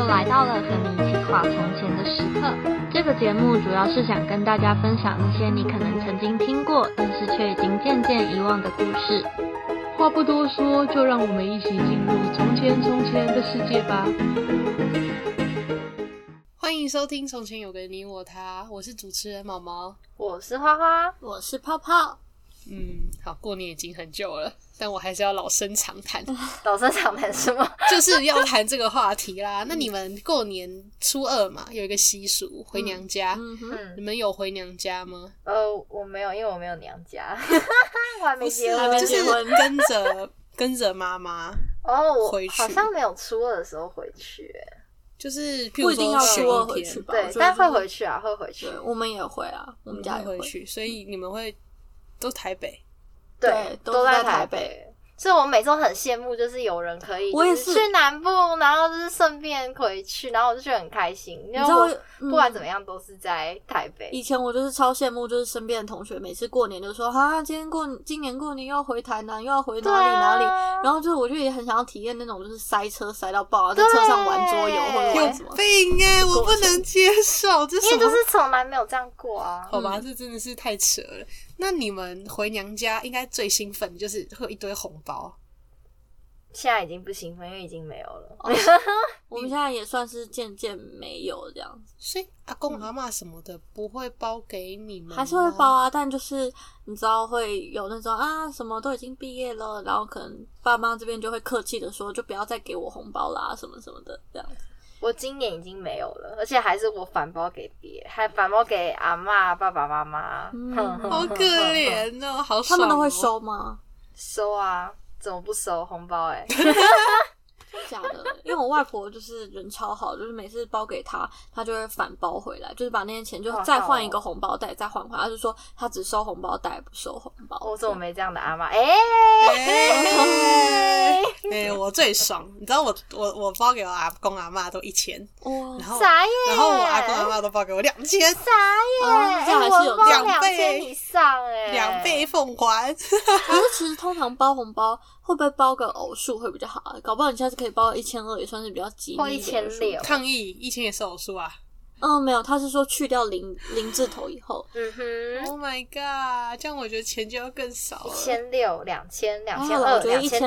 来到了和你一起画从前的时刻。这个节目主要是想跟大家分享一些你可能曾经听过，但是却已经渐渐遗忘的故事。 话不多说，就让我们一起进入从前的世界吧。 欢迎收听《从前有个你我他》，我是主持人毛毛， 我是花花， 我是泡泡。 好，过年已经很久了，但我还是要老生常谈。 老生常谈什么？ 就是要谈这个话题啦。那你们过年初二嘛，有一个习俗回娘家，你们有回娘家吗？ 我没有，因为我没有娘家，我还没结婚， 就是跟着妈妈回去。 我好像没有初二的时候回去， 就是譬如说不一定要初二回去吧？ 对，但会回去啊，会回去。 我们也会啊，我们家也会回去，所以你们会都台北？ 对，都在台北。所以我每次都很羡慕，就是有人可以就是去南部，然后就是顺便回去，然后我就觉得很开心，因为我不管怎么样都是在台北。 以前我就是超羡慕，就是身边的同学每次过年就说今年过年又要回台南，又要回哪里，然后就是我就也很想要体验那种就是塞车塞到爆，在车上玩桌游或者玩什么。 有病耶，我不能接受，这因为就是从来没有这样过啊。 好吧，这真的是太扯了。那你们回娘家应该最兴奋的就是会有一堆红包。 现在已经不兴奋，因为已经没有了。 我们现在也算是渐渐没有这样子。 所以阿公阿嬷什么的不会包给你们吗？ 还是会包啊，但就是你知道会有那种什么都已经毕业了，然后可能爸妈这边就会客气的说，就不要再给我红包啦，什么什么的这样子。 我今年已经没有了，而且还是我反包给别人，还反包给阿嬷、爸爸妈妈。 好可怜哦，好爽哦。 他们都会收吗？ 收啊，怎么不收红包假的，因为我外婆就是人超好，就是每次包给她，她就会反包回来，就是把那些钱就再换一个红包袋，再换回来。她就说她只收红包袋，不收红包。 我怎么没这样的阿嬷？ 我最爽，你知道我包给我阿公阿嬷都1000， 傻眼， 然后我阿公阿嬷都包给我2000， 傻眼， 这还是有 2倍以上 2倍奉还。 可是其实通常包红包会不会包个偶数会比较好啊？搞不好你下次可以包1200，也算是比较吉利的。 或1600， 抗议1000也是偶数啊。 没有，他是说去掉零字头以后。 Oh my god， 这样我觉得钱就要更少了。 1600、2000、 2200、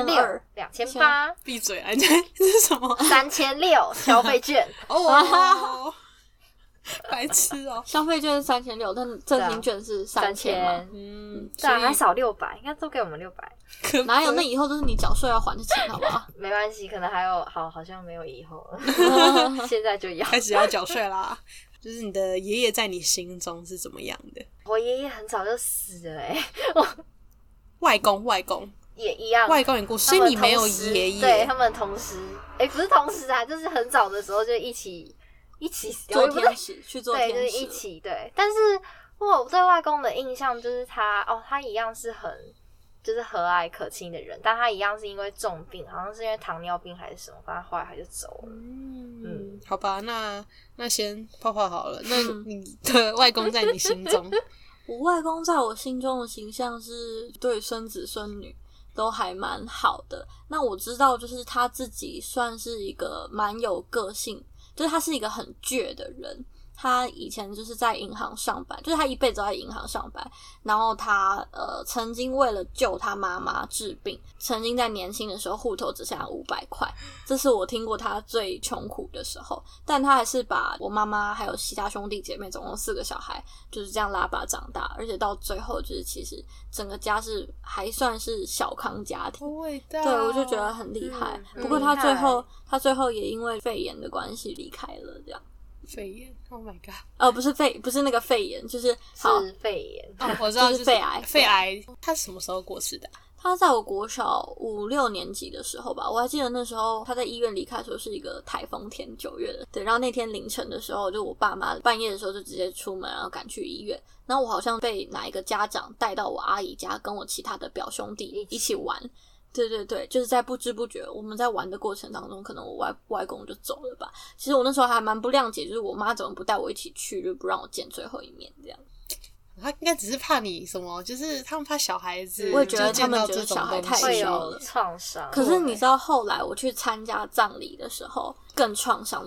2600、2800。 闭嘴啊！这是什么 ？3600消费券哦，白痴哦！ 消费券是3600，但振兴券是3000嘛？ 对啊，还少600，应该都给我们600。 哪有？那以后都是你缴税要还的钱，好不好？ 没关系，可能还有好像没有以后了，现在就要开始要缴税啦。就是你的爷爷在你心中是怎么样的？ 我爷爷很早就死了外公也一样， 外公也过世，所以你没有爷爷。 对，他们同时，不是同时啊，就是很早的时候就一起做天使去做天使， 对，就是一起对。但是我对外公的印象就是他一样是很就是和蔼可亲的人，但他一样是因为重病，好像是因为糖尿病还是什么，反正后来他就走了。 好吧，那先泡泡好了。那你的外公在你心中？ 我外公在我心中的形象是对孙子孙女都还蛮好的。那我知道，就是他自己算是一个蛮有个性，就是他是一个很倔的人。他以前就是在银行上班，就是他一辈子都在银行上班，然后他曾经为了救他妈妈治病，曾经在年轻的时候户头只剩下500块，这是我听过他最穷苦的时候，但他还是把我妈妈还有其他兄弟姐妹总共4个小孩就是这样拉拔长大，而且到最后就是其实整个家是还算是小康家庭， 好伟大， 对，我就觉得很厉害。不过他最后也因为肺炎的关系离开了，这样。 肺炎 ，Oh my god！ 不是那个肺炎，就是肺炎。 我知道， 就是肺癌。 肺癌，他什么时候过世的？ 他在我国小5、6年级的时候吧，我还记得那时候他在医院离开的时候是一个台风天，9月的。对，然后那天凌晨的时候，就我爸妈半夜的时候就直接出门，然后赶去医院。然后我好像被哪一个家长带到我阿姨家，跟我其他的表兄弟一起玩。对对对，就是在不知不觉我们在玩的过程当中，可能我外公就走了吧。其实我那时候还蛮不谅解，就是我妈怎么不带我一起去，就不让我见最后一面这样。 他应该只是怕你什么，就是他们怕小孩子， 我也觉得他们觉得小孩太小了， 创伤。 可是你知道后来我去参加葬礼的时候更创伤的，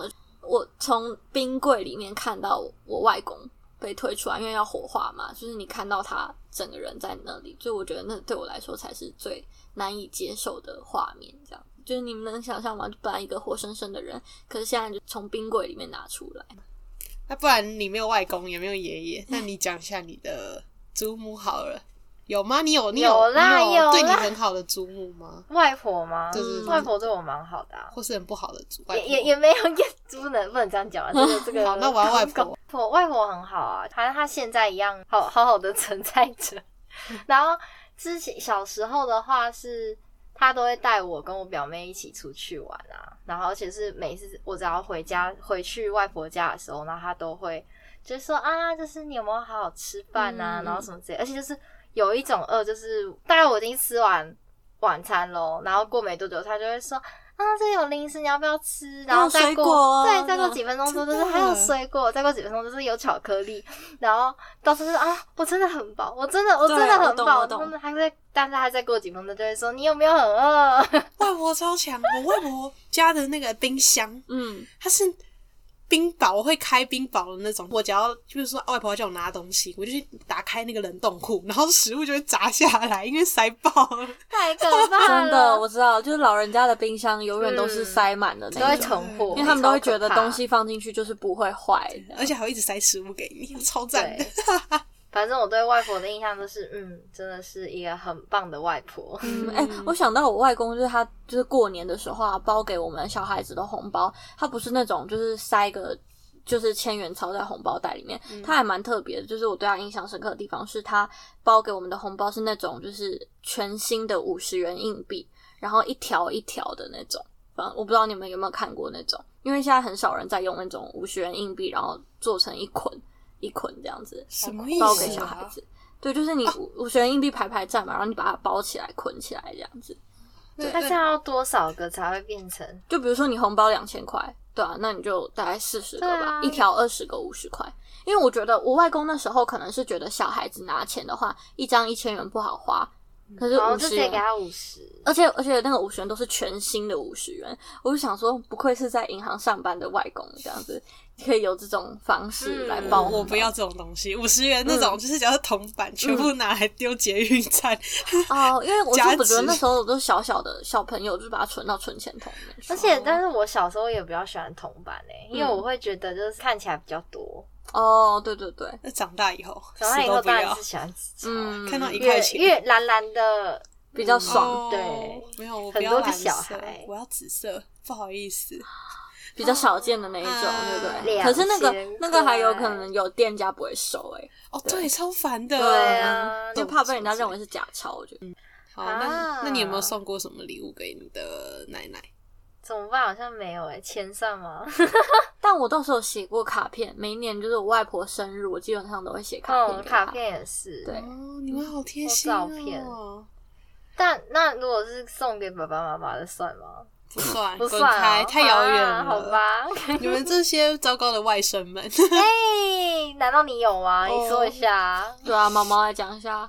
我从冰柜里面看到我外公被推出来，因为要火化嘛，就是你看到他整个人在那里，所以我觉得那对我来说才是最难以接受的画面。这样就是你们能想象吗？就本来一个活生生的人，可是现在就从冰柜里面拿出来。 那不然你没有外公也没有爷爷，那你讲一下你的祖母好了。有吗？你有啦对你很好的祖母吗？ 外婆吗？ 对， 外婆对我蛮好的啊。 或是很不好的外婆？ 也没有，不能这样讲啊。这个好，那我要外婆。 外婆很好啊，好像她现在一样好好的存在着。然后之前小时候的话是，她都会带我跟我表妹一起出去玩啊。然后而且是每次我只要回去外婆家的时候，然后她都会就是说啊，就是你有没有好好吃饭啊，然后什么之类，而且就是有一种饿，就是大概我已经吃完晚餐咯，然后过没多久他就会说啊，这有零食你要不要吃，然后再过对，再过几分钟之后就是还有水果，再过几分钟就是有巧克力，然后到时候就是啊，我真的很饱，我真的很饱，真的但是还再过几分钟就会说你有没有很饿？ 外婆超强，我外婆家的那个冰箱，它是冰雹，我会开冰雹的那种。我只要就是说外婆要叫我拿东西，我就去打开那个冷冻库，然后食物就会砸下来，因为塞爆了， 太可怕了。 真的，我知道，就是老人家的冰箱永远都是塞满的那种， 都会囤货， 因为他们都会觉得东西放进去就是不会坏， 而且还会一直塞食物给你，超赞的。 反正我对外婆的印象就是真的是一个很棒的外婆。 我想到我外公，就是他就是过年的时候啊，包给我们小孩子的红包，他不是那种就是塞个就是1000元钞在红包袋里面，他还蛮特别的。就是我对他印象深刻的地方是，他包给我们的红包是那种就是全新的50元硬币，然后一条一条的那种。我不知道你们有没有看过那种，因为现在很少人在用那种50元硬币，然后做成一捆一捆这样子， 什么意思啊？ 包给小孩子。对，就是你50元硬币排站嘛，然后你把它包起来捆起来这样子。 对，那这样要多少个才会变成？ 就比如说你红包2000块，对啊，那你就大概40个吧，一条20个50块。因为我觉得我外公那时候可能是觉得小孩子拿钱的话，一张1000元不好花。可是50元， 给他50， 而且那个50元都是全新的50元，我就想说，不愧是在银行上班的外公，这样子可以有这种方式来包。 我不要这种东西，50元那种就是只要是铜板，全部拿来丢捷运站。 因为我就觉得那时候我都小小的小朋友，就是把它存到存钱筒里面。 而且，但是我小时候也比较喜欢铜板因为我会觉得就是看起来比较多。 对对对。 那长大以后当然是喜欢纸钞， 看到1块钱越蓝蓝的比较爽。 对， 没有，我不要蓝色，我要紫色，不好意思， 比较少见的那一种，对不对？可是那个还有可能有店家不会收对，超烦的。 对啊， 就怕被人家认为是假钞，我觉得。 好，那你有没有送过什么礼物给你的奶奶？ 怎么办？好像没有钱算吗？ 但我倒是有写过卡片，每一年就是我外婆生日，我基本上都会写卡片给她。 卡片也是。 对， 你们好贴心照片。但那如果是送给爸爸妈妈的算吗？ 不算， 不算， 太遥远了。 好吧， 你们这些糟糕的外甥们。 难道你有吗？你说一下。 对啊，毛毛来讲一下。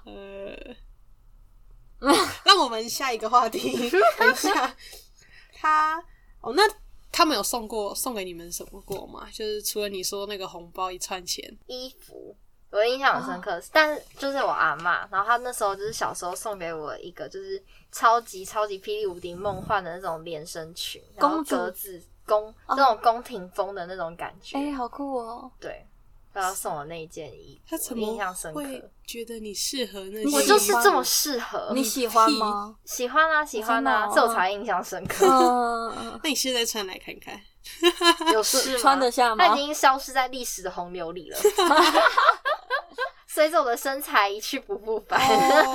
让我们下一个话题。等一下。那他们有送给你们什么过吗？就是除了你说那个红包1串钱， 衣服，我印象很深刻。但是就是我阿嬷，然后她那时候就是小时候送给我一个就是超级超级霹雳无敌梦幻的那种连身裙，然后格子这种宫廷风的那种感觉。 好酷哦！ 对。他送我那一件衣服， 他怎么印象深刻？ 会觉得你适合那些？ 我就是这么适合。 你喜欢吗？ 喜欢啊，喜欢啊，这我才印象深刻。 那你现在穿来看看， 有事吗？ 穿得下吗？ 它已经消失在历史的洪流里了，随着我的身材一去不复返。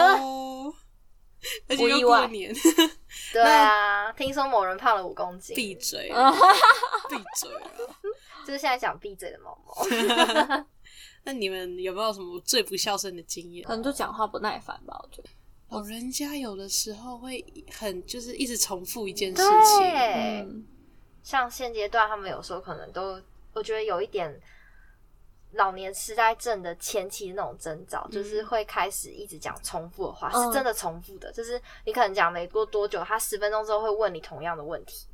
而且又过年。 对啊，听说某人胖了5公斤。 闭嘴！闭嘴啊！ 就是现在讲闭嘴的毛毛。 那你们有没有什么最不孝顺的经验？ 可能就讲话不耐烦吧，我觉得。 老人家有的时候会就是一直重复一件事情。 像现阶段他们有时候可能都，我觉得有一点老年痴呆症的前期的那种征兆，就是会开始一直讲重复的话，是真的重复的。就是你可能讲没过多久，他10分钟之后会问你同样的问题。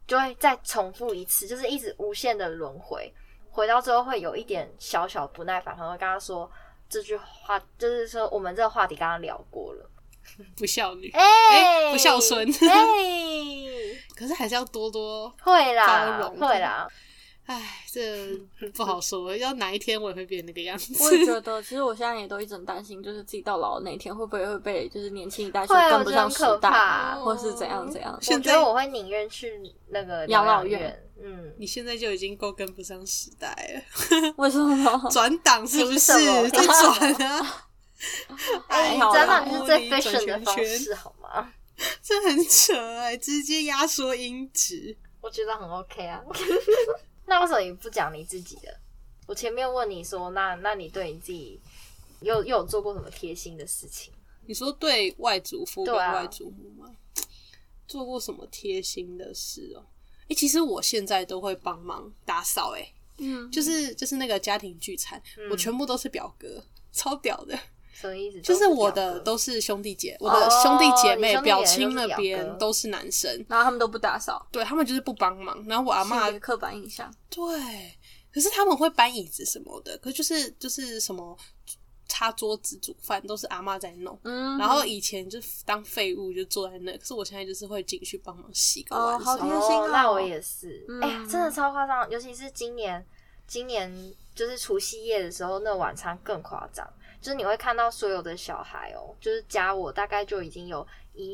就会再重复一次，就是一直无限的轮回，回到最后会有一点小小不耐烦，可能会跟他说这句话，就是说我们这个话题刚刚聊过了， 不孝女， 欸不孝孙， 欸可是还是要多多会啦， 包容， 会啦。 哎，这不好说，要哪一天我也会变那个样子。 我也觉得，其实我现在也都一直很担心，就是自己到老的那一天会不会被就是年轻一代说跟不上时代，或是怎样怎样。 我觉得我会宁愿去那个养老院。 你现在就已经够跟不上时代了。 为什么？ 转档是不是？在转啊！ 转档就是最 fashion 的方式，好吗？ 这很扯直接压缩音质， 我觉得很 OK 啊。那为什么你不讲你自己的？我前面问你说，那你对你自己又有做过什么贴心的事情？ 你说对外祖父跟外祖母吗？做过什么贴心的事哦？其实我现在都会帮忙打扫就是那个家庭聚餐，我全部都是表哥，超屌的。 什么意思？ 就是我的都是兄弟姐，我的兄弟姐妹、表亲那边都是男生， 然后他们都不打扫， 对，他们就是不帮忙。然后我阿嬷刻板印象， 对，可是他们会搬椅子什么的，可是就是什么擦桌子、煮饭都是阿嬷在弄。然后以前就当废物就坐在那，可是我现在就是会进去帮忙洗个碗。 好贴心哦！ 那我也是，真的超夸张，尤其是今年就是除夕夜的时候，那晚餐更夸张。就是你会看到所有的小孩就是加我大概就已经有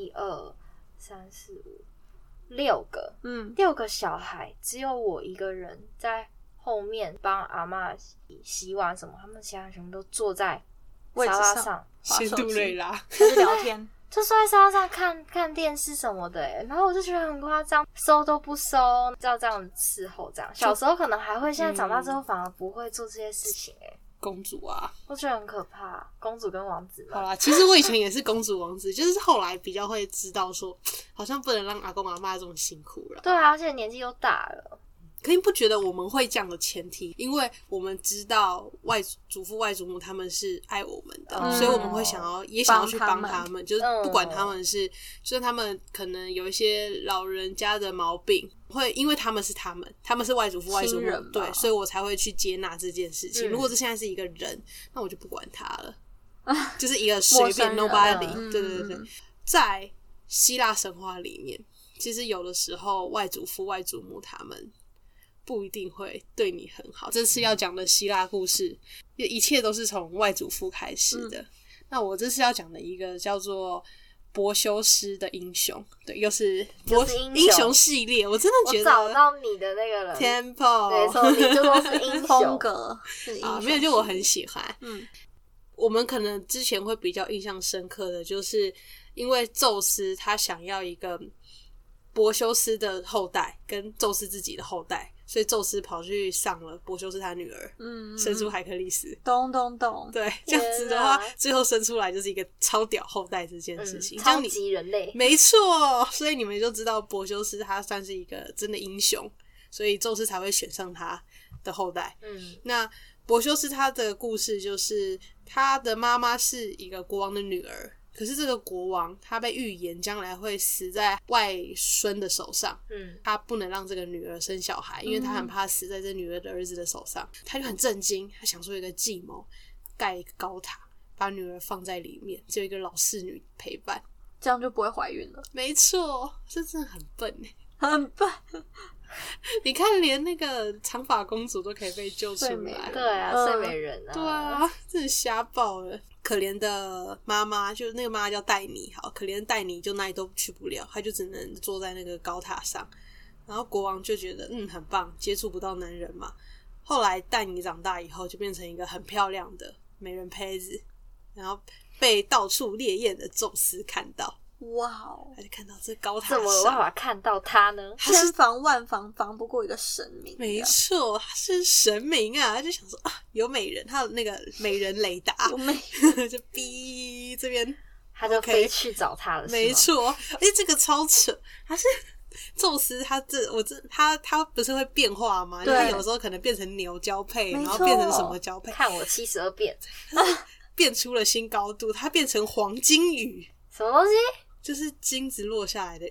1、2、3、4、5、6个，6个小孩，只有我一个人在后面帮阿嬷洗碗什么，他们其他人全部都坐在沙拉上， 仙杜瑞拉， 还是聊天， 就坐在沙拉上看电视什么的然后我就觉得很夸张，收都不收，要这样伺候这样。小时候可能还会，现在长大之后反而不会做这些事情公主啊， 我觉得很可怕。公主跟王子嘛， 好啦，其实我以前也是公主王子，就是后来比较会知道说，好像不能让阿公阿嬷这么辛苦了。 对啊，而且年纪又大了。 可你不觉得我们会这样的前提，因为我们知道外祖父外祖母他们是爱我们的，所以我们会想要去帮他们，就是不管他们是，就是他们可能有一些老人家的毛病，会因为他们是外祖父外祖母，对，所以我才会去接纳这件事情。如果这现在是一个人，那我就不管他了，就是一个随便 nobody。对对对，在希腊神话里面，其实有的时候外祖父外祖母他们不一定会对你很好。这次要讲的希腊故事，一切都是从外祖父开始的。那我这次要讲的一个叫做柏修斯的英雄，对，又是英雄系列。我真的觉得我找到你的那个人 Temple， 对，所以你就说是英雄风格是英雄没有，就我很喜欢。我们可能之前会比较印象深刻的，就是因为宙斯他想要一个柏修斯的后代跟宙斯自己的后代，所以宙斯跑去上了柏修斯他女儿，生出海克力斯。 懂。 对，这样子的话，最后生出来就是一个超屌后代这件事情， 超级人类， 没错。所以你们就知道柏修斯他算是一个真的英雄，所以宙斯才会选上他的后代。那柏修斯他的故事就是他的妈妈是一个国王的女儿。可是这个国王他被预言将来会死在外孙的手上，他不能让这个女儿生小孩，因为他很怕死在这女儿的儿子的手上。他就很震惊，他想出一个计谋，盖一个高塔，把女儿放在里面，只有一个老侍女陪伴， 这样就不会怀孕了。 没错，这真的很笨很笨。 你看，连那个长发公主都可以被救出来， 对啊，睡美人啊， 对啊，真的瞎爆了。可怜的妈妈，就是那个妈妈叫戴妮，好，可怜的戴妮就哪里都去不了，她就只能坐在那个高塔上。然后国王就觉得很棒，接触不到男人嘛。后来戴妮长大以后，就变成一个很漂亮的美人胚子，然后被到处猎艳的宙斯看到。 哇哦！ 他就看到这高塔上， 怎么有办法看到他呢？ 千防万防，防不过一个神明。 没错，他是神明啊！他就想说有美人，他有那个美人雷达， 有美就逼这边， 他就飞去找他了。 没错，这个超扯，他是宙斯，他不是会变化吗？他有时候可能变成牛交配，然后变成什么交配？ 看我72变， 变出了新高度，他变成黄金雨。 什么东西？ 就是金子落下来的雨，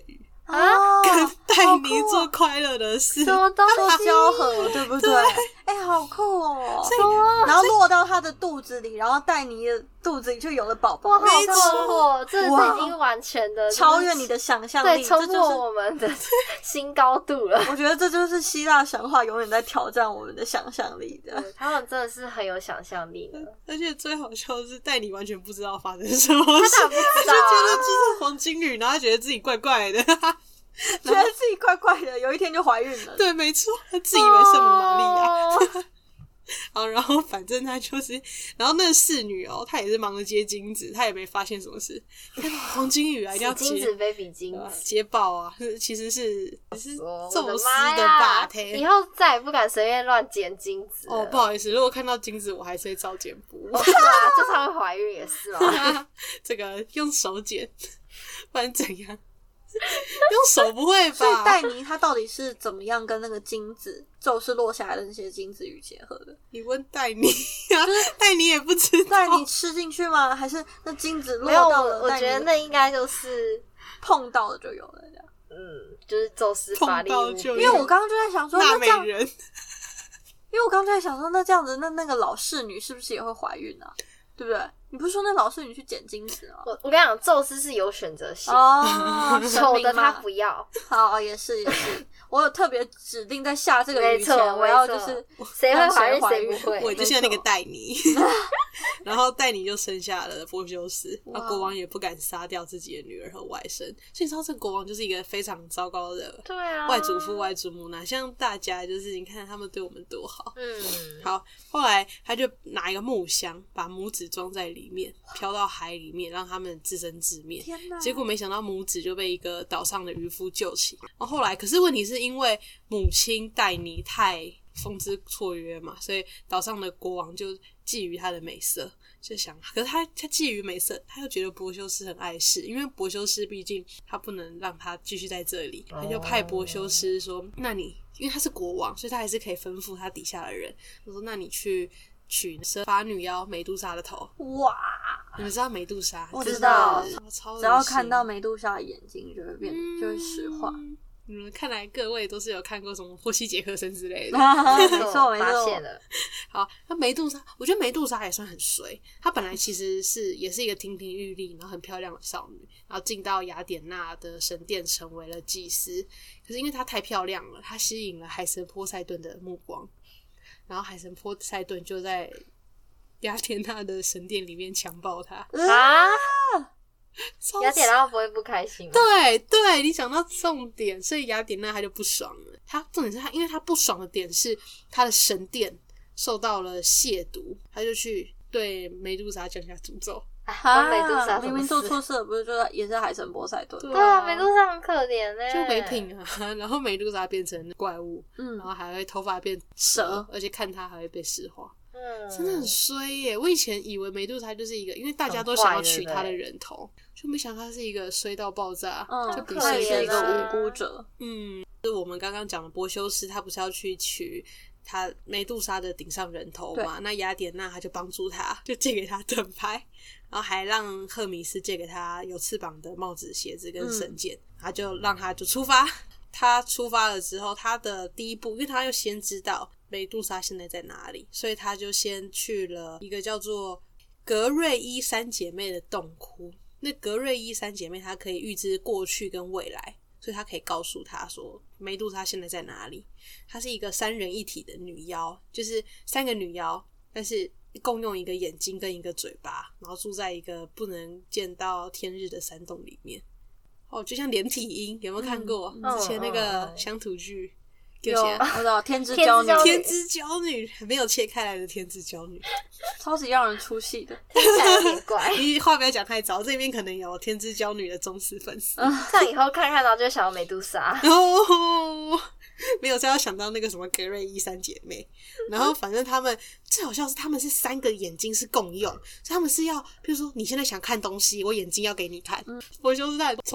跟戴妮做快乐的事， 什么东西做交合，对不对？好酷哦！然后落到他的肚子里，然后戴妮的肚子里就有了宝宝。 哇，好酷哦！这已经完全的超越你的想象力， 对，冲破我们的新高度了。 我觉得这就是希腊神话永远在挑战我们的想象力的。 他们真的是很有想象力的。 而且最好笑的是，戴妮完全不知道发生什么事， 他不知道， 就觉得这是黄金女，然后他觉得自己怪怪的。 觉得自己怪怪的，有一天就怀孕了。 对，没错，他自以为圣母玛利亚。好，然后反正他就是，然后那个侍女她也是忙着接金子，她也没发现什么事。黄金雨啊，一定要接金子baby金子接爆啊！其实是宙斯的霸天， 以后再也不敢随便乱捡金子了。 不好意思，如果看到金子，我还是会照捡补。 是啊，就她会怀孕也是嘛。 这个用手捡，不然怎样？用手不会吧？ 所以戴妮她到底是怎么样跟那个金子宙斯落下来的那些金子雨结合的？ 你问戴妮啊，戴妮也不知道。 戴妮吃进去吗？还是那金子落到了？ 我觉得那应该就是碰到了就有了这样。 就是宙斯法力。 因为我刚刚就在想说， 那美人。 因为我刚刚就在想说，那这样子，那个老侍女是不是也会怀孕啊？对不对？你不是说那老侍女去捡金子吗？ 我跟你讲，宙斯是有选择性丑的他不要。 好，也是。我有特别指定在下这个雨前，我要就是谁会怀孕谁不会。 我就像那个戴妮，然后戴妮就生下了波修斯，然后国王也不敢杀掉自己的女儿和外甥，所以你知道这个国王就是一个非常糟糕的外祖父外祖母，哪像大家就是你看他们对我们多好。好，后来他就拿一个木箱把母子装在里面，飘到海里面，让他们自生自灭。结果没想到母子就被一个岛上的渔夫救起。然后后来，可是问题是因为母亲戴妮太风姿绰约嘛，所以岛上的国王就觊觎她的美色，就想，可是他觊觎美色，他又觉得柏修斯很碍事，因为柏修斯毕竟他不能让他继续在这里，他就派柏修斯说：“那你因为他是国王，所以他还是可以吩咐他底下的人，他说：那你去取蛇发女妖美杜莎的头。” 哇！ 你们知道美杜莎？ 我知道， 只要看到美杜莎的眼睛就会变，就会石化。 看来各位都是有看过什么波西·杰克森之类的。 没错， 发现了。 好，那梅杜莎，我觉得梅杜莎也算很衰。她本来其实也是一个亭亭玉立，然后很漂亮的少女，然后进到雅典娜的神殿成为了祭司。可是因为她太漂亮了，她吸引了海神波塞顿的目光，然后海神波塞顿就在雅典娜的神殿里面强暴她啊！雅典娜不会不开心吗？ 对，你讲到重点，所以雅典娜她就不爽了。重点是因为她不爽的点是她的神殿受到了亵渎，她就去对梅杜莎降下诅咒。 梅杜莎明明做错事了，不是就是也是海神波塞顿？ 对啊，梅杜莎很可怜欸， 就没品啊。然后梅杜莎变成怪物，然后还会头发变蛇，而且看她还会被石化。真的很衰耶！我以前以为梅杜莎就是一个，因为大家都想要取她的人头，就没想到她是一个衰到爆炸，就比谁是一个无辜者。 就是我们刚刚讲的柏修斯，他不是要去取他梅杜莎的顶上人头嘛？那雅典娜他就帮助他，就借给他盾牌，然后还让赫米斯借给他有翅膀的帽子、鞋子跟神剑，他就让他就出发。他出发了之后，他的第一步，因为他要先知道梅杜莎现在在哪里，所以他就先去了一个叫做格瑞伊三姐妹的洞窟。那格瑞伊三姐妹她可以预知过去跟未来，所以她可以告诉他说梅杜莎现在在哪里。她是一个三人一体的女妖，就是三个女妖，但是共用一个眼睛跟一个嘴巴，然后住在一个不能见到天日的山洞里面。就像连体婴，有没有看过？之前那个乡土剧。 有，我知道天之娇女， 天之娇女没有切开来的天之娇女， 超级让人出戏的， 听起来有点怪。 你话不要讲太早，这边可能有天之娇女的忠实粉丝。 这样以后看然后就想到梅杜莎。 没有，是要想到那个什么格瑞伊三姐妹。然后反正他们最好笑是他们是三个眼睛是共用，所以他们是要，比如说你现在想看东西，我眼睛要给你看。柏修斯他很聪明，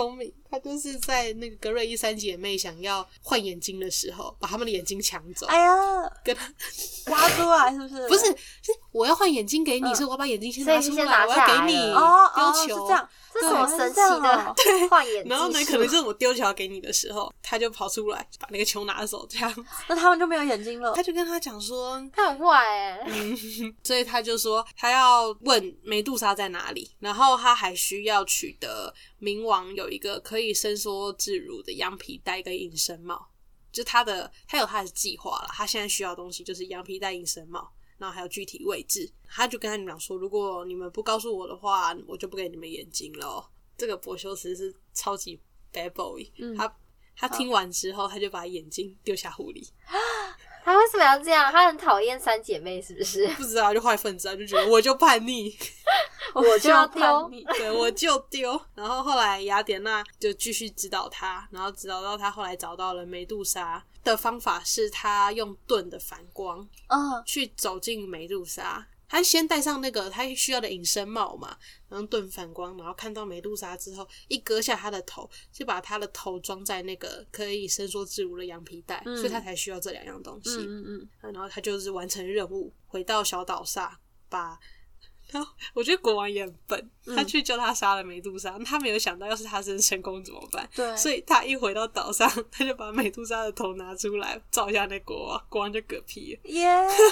他就是在那个格瑞伊三姐妹想要换眼睛的时候，把他们的眼睛抢走。 哎呀， 跟他挖出来是不是？ 不是，是我要换眼睛给你，所以我要把眼睛先拿出来，我所以先拿下来要给你哦， 丢球。 是这样， 这是什么神奇的换眼技术？ 然后呢，可能就是我丢球给你的时候，他就跑出来把那个球拿走，这样。 那他们就没有眼睛了。 他就跟他讲说， 他很坏欸。 所以他就说他要问梅杜莎在哪里，然后他还需要取得冥王有一个可以伸缩自如的羊皮袋跟隐身帽，就他有他的计划了。他现在需要的东西就是羊皮袋、隐身帽，然后还有具体位置。他就跟他们讲说，如果你们不告诉我的话，我就不给你们眼睛了。这个柏修斯是超级 bad boy，他听完之后，他就把眼睛丢下湖里。 他为什么要这样？他很讨厌三姐妹是不是？ 不知道，就坏分子啊，就觉得我就叛逆。 我就要丢， 对，我就丢。然后后来雅典娜就继续指导他，然后指导到他后来找到了梅杜莎的方法，是他用盾的反光，去走进梅杜莎。他先戴上那个他需要的隐身帽嘛，然后盾反光，然后看到梅杜莎之后，一割下他的头，就把他的头装在那个可以伸缩自如的羊皮袋，所以他才需要这两样东西。然后他就是完成任务，回到小岛上，然后我觉得国王也很笨，他去救他杀了梅杜莎，他没有想到要是他真成功怎么办？对，所以他一回到岛上，他就把梅杜莎的头拿出来照一下那国王，国王就嗝屁了。 耶！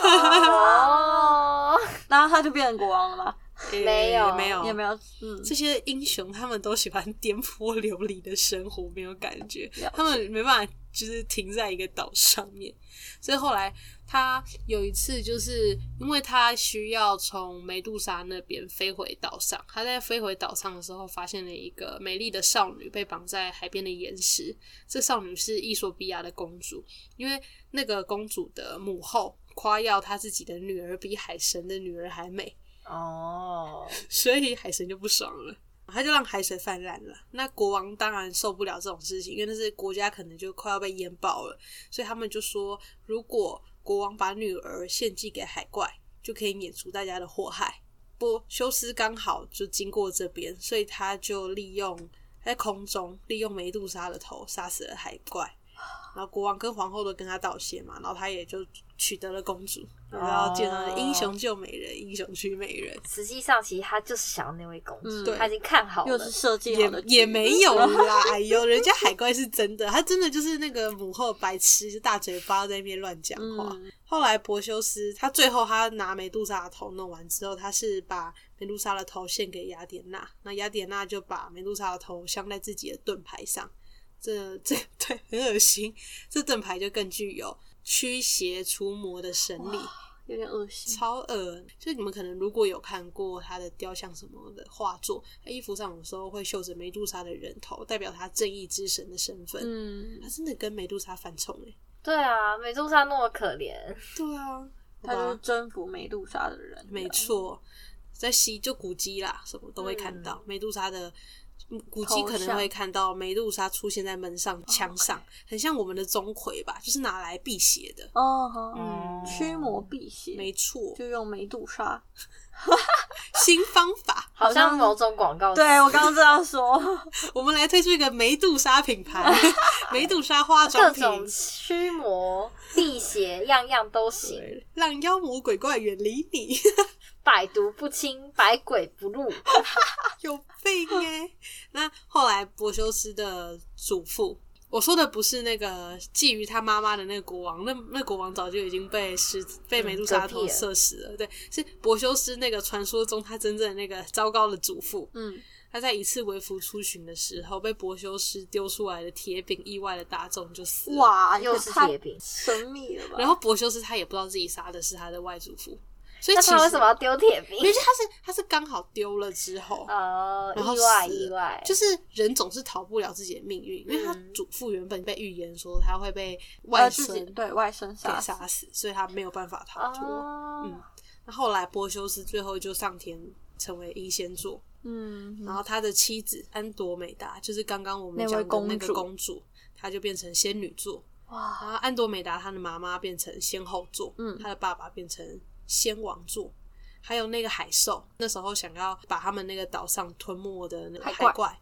然后他就变成国王了吗？ 没有， 也没有。 这些英雄他们都喜欢颠簸流离的生活，没有感觉，他们没办法就是停在一个岛上面。所以后来他有一次，就是因为他需要从梅杜莎那边飞回岛上，他在飞回岛上的时候，发现了一个美丽的少女被绑在海边的岩石。这少女是伊索比亚的公主，因为那个公主的母后夸耀她自己的女儿比海神的女儿还美。所以海神就不爽了，他就让海水泛滥了。那国王当然受不了这种事情，因为那是国家可能就快要被淹爆了，所以他们就说，如果国王把女儿献祭给海怪，就可以免除大家的祸害。波修斯刚好就经过这边，所以他就在空中利用梅杜莎的头杀死了海怪。然后国王跟皇后都跟他道谢嘛，然后他也就取得了公主，然后见到英雄救美人，英雄娶美人。 实际上，其实他就是想要那位公主，他已经看好了， 又是设计好的也没有啦。哎呦，人家海怪是真的，他真的就是那个母后白痴，就大嘴巴在那边乱讲话。后来柏修斯他最后他拿梅杜莎的头弄完之后，他是把梅杜莎的头献给雅典娜，那雅典娜就把梅杜莎的头镶在自己的盾牌上。这对，很恶心。这盾牌就更具有驱邪除魔的神力， 有点恶心， 超恶。就是你们可能如果有看过他的雕像什么的画作，他衣服上有时候会绣着梅杜莎的人头，代表他正义之神的身份。他真的跟梅杜莎反冲欸。 对啊，梅杜莎那么可怜。 对啊， 他就是征服梅杜莎的人。 没错，在就古迹啦，什么都会看到梅杜莎的。古迹可能会看到梅杜莎出现在门上、墙上，很像我们的钟馗吧，就是拿来辟邪的。 驱魔辟邪， 没错， 就用梅杜莎。 新方法， 好像某种广告。 对，我刚刚这样说。 我们来推出一个梅杜莎品牌，梅杜莎化妆品， 各种驱魔辟邪，样样都行， 让妖魔鬼怪远离你。 百毒不侵，百鬼不入。 有病欸。那后来柏修斯的祖父，我说的不是那个觊觎他妈妈的那个国王，那国王早就已经被梅杜莎头射死了。对，是柏修斯那个传说中他真正的那个糟糕的祖父。他在一次微服出巡的时候，被柏修斯丢出来的铁饼意外的打中就死了。 哇， 又是铁饼， 神秘了吧？ 然后柏修斯他也不知道自己杀的是他的外祖父。所以那他为什么要丢铁饼？ 因为他是刚好丢了之后， 意外， 就是人总是逃不了自己的命运，因为他祖父原本被预言说他会被外孙杀死，所以他没有办法逃脱。那后来柏修斯最后就上天成为英仙座，然后他的妻子安朵美达就是刚刚我们讲的那个公主，她就变成仙女座。然后安朵美达她的妈妈变成仙后座，她的爸爸变成仙王座。还有那个海兽，那时候想要把他们那个岛上吞没的那个海怪，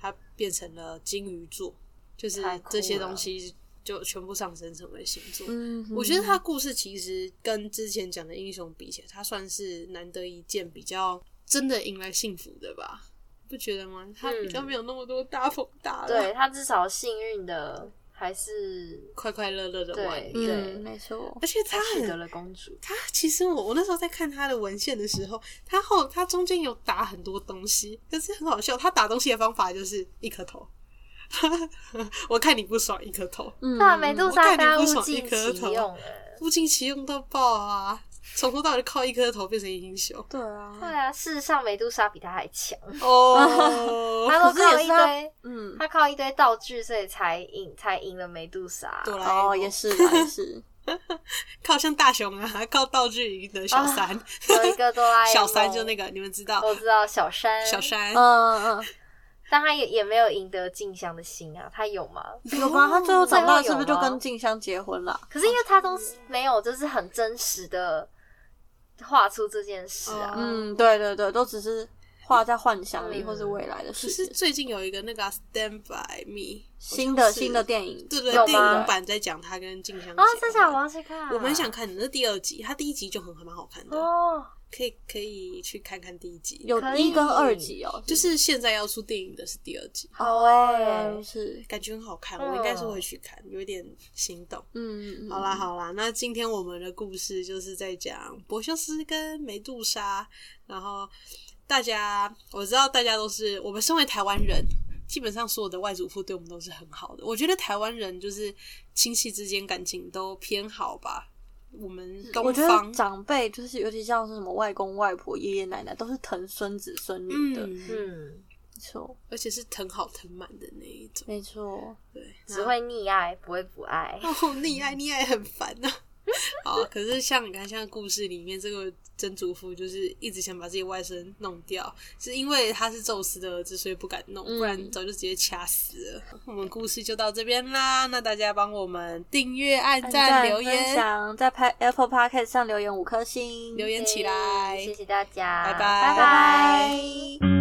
它变成了金鱼座，就是这些东西就全部上升成为星座。我觉得他故事其实跟之前讲的英雄比起来，他算是难得一见比较真的迎来幸福的吧，不觉得吗？他比较没有那么多大风大浪， 对，他至少幸运的还是快快乐乐的玩， 对， 没错。 而且他取得了公主。 他其实我那时候在看他的文献的时候，他中间有打很多东西，可是很好笑。他打东西的方法就是一颗头。我看你不爽，一颗头。 梅杜莎大家物尽其用， 物尽其用到爆啊！从头到尾靠一颗头变成英雄。 对啊， 对啊，事实上梅杜莎比他还强哦。 他都靠一堆，他靠一堆道具，所以才赢了梅杜莎。 哦，也是啦，也是。 靠像大雄啊，靠道具赢的小三。 有一个哆啦 A 梦， 小三就那个，你们知道？ 我知道小山。但他也没有赢得静香的心啊，他有吗？ 有吧，他最后长大是不是就跟静香结婚了？ 可是因为他都没有就是很真实的画出这件事啊。 对对对，都只是画在幻想里或是未来的事情。 可是最近有一个那个 Stand By Me 新的电影， 对，电影版在讲他跟静香结婚。 真的我要去看， 我蛮想看的，那是第2集，他第1集就蛮好看的哦。 可以去看看第1集， 有1跟2集哦， 就是现在要出电影的是第2集。 好是感觉很好看，我应该是会去看，有一点心动。好啦，那今天我们的故事就是在讲柏修斯跟梅杜莎，然后我知道大家都是我们身为台湾人，基本上所有的外祖父对我们都是很好的。我觉得台湾人就是亲戚之间感情都偏好吧。我们东方， 我觉得长辈就是尤其像是什么外公外婆爷爷奶奶都是疼孙子孙女的，没错， 而且是疼好疼满的那一种， 没错， 对， 只会溺爱不会不爱。 溺爱很烦啊。好，可是像你看，像故事里面这个曾祖父就是一直想把自己外甥弄掉，是因为他是宙斯的儿子，所以不敢弄，不然早就直接掐死了。我们故事就到这边啦，那大家帮我们订阅、按赞、留言、 分享，在Apple Podcast 上留言5颗星， 留言起来， 谢谢大家， 拜拜。